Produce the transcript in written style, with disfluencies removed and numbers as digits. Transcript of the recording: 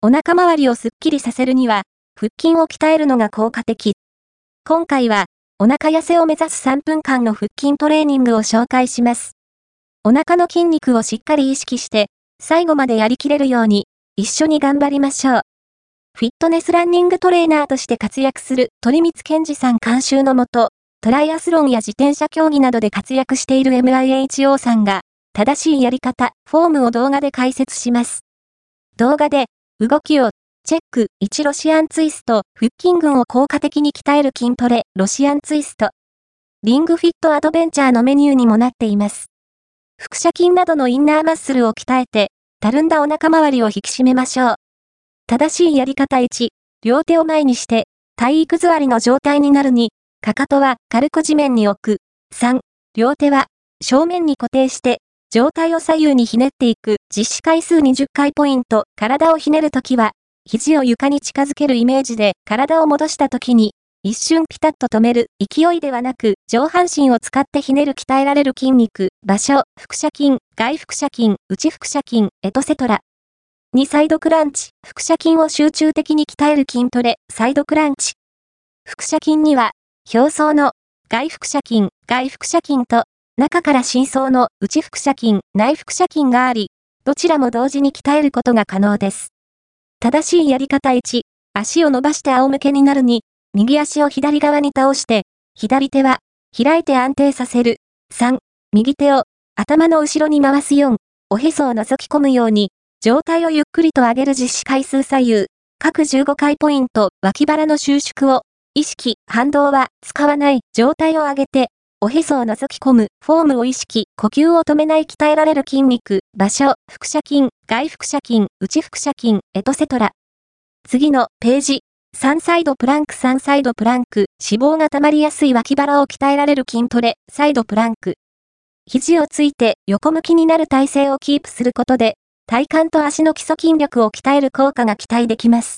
お腹周りをすっきりさせるには、腹筋を鍛えるのが効果的。今回は、お腹痩せを目指す3分間の腹筋トレーニングを紹介します。お腹の筋肉をしっかり意識して、最後までやりきれるように、一緒に頑張りましょう。フィットネスランニングトレーナーとして活躍する鳥光健二さん監修のもと、トライアスロンや自転車競技などで活躍している MIHO さんが、正しいやり方、フォームを動画で解説します。動画で、動きを、チェック、1ロシアンツイスト、腹筋群を効果的に鍛える筋トレ、ロシアンツイスト。リングフィットアドベンチャーのメニューにもなっています。腹斜筋などのインナーマッスルを鍛えて、たるんだお腹周りを引き締めましょう。正しいやり方1、両手を前にして、体育座りの状態になる2、かかとは軽く地面に置く。3、両手は正面に固定して、上体を左右にひねっていく。実施回数20回ポイント。体をひねるときは、肘を床に近づけるイメージで体を戻したときに、一瞬ピタッと止める。勢いではなく、上半身を使ってひねる鍛えられる筋肉、場所、腹斜筋、外腹斜筋、内腹斜筋、エトセトラ。2サイドクランチ、腹斜筋を集中的に鍛える筋トレ、サイドクランチ。腹斜筋には、表層の外腹斜筋、外腹斜筋と、中から深層の内腹斜筋、内腹斜筋があり、どちらも同時に鍛えることが可能です。正しいやり方1、足を伸ばして仰向けになる2、右足を左側に倒して、左手は開いて安定させる。3、右手を頭の後ろに回す4、おへそを覗き込むように、上体をゆっくりと上げる実施回数左右、各15回ポイント、脇腹の収縮を、意識、反動は使わない上体を上げて、おへそを覗き込む、フォームを意識、呼吸を止めない鍛えられる筋肉、場所、腹斜筋、外腹斜筋、内腹斜筋、エトセトラ。次のページ。3サイドプランク3サイドプランク、脂肪が溜まりやすい脇腹を鍛えられる筋トレ、サイドプランク。肘をついて横向きになる体勢をキープすることで、体幹と足の基礎筋力を鍛える効果が期待できます。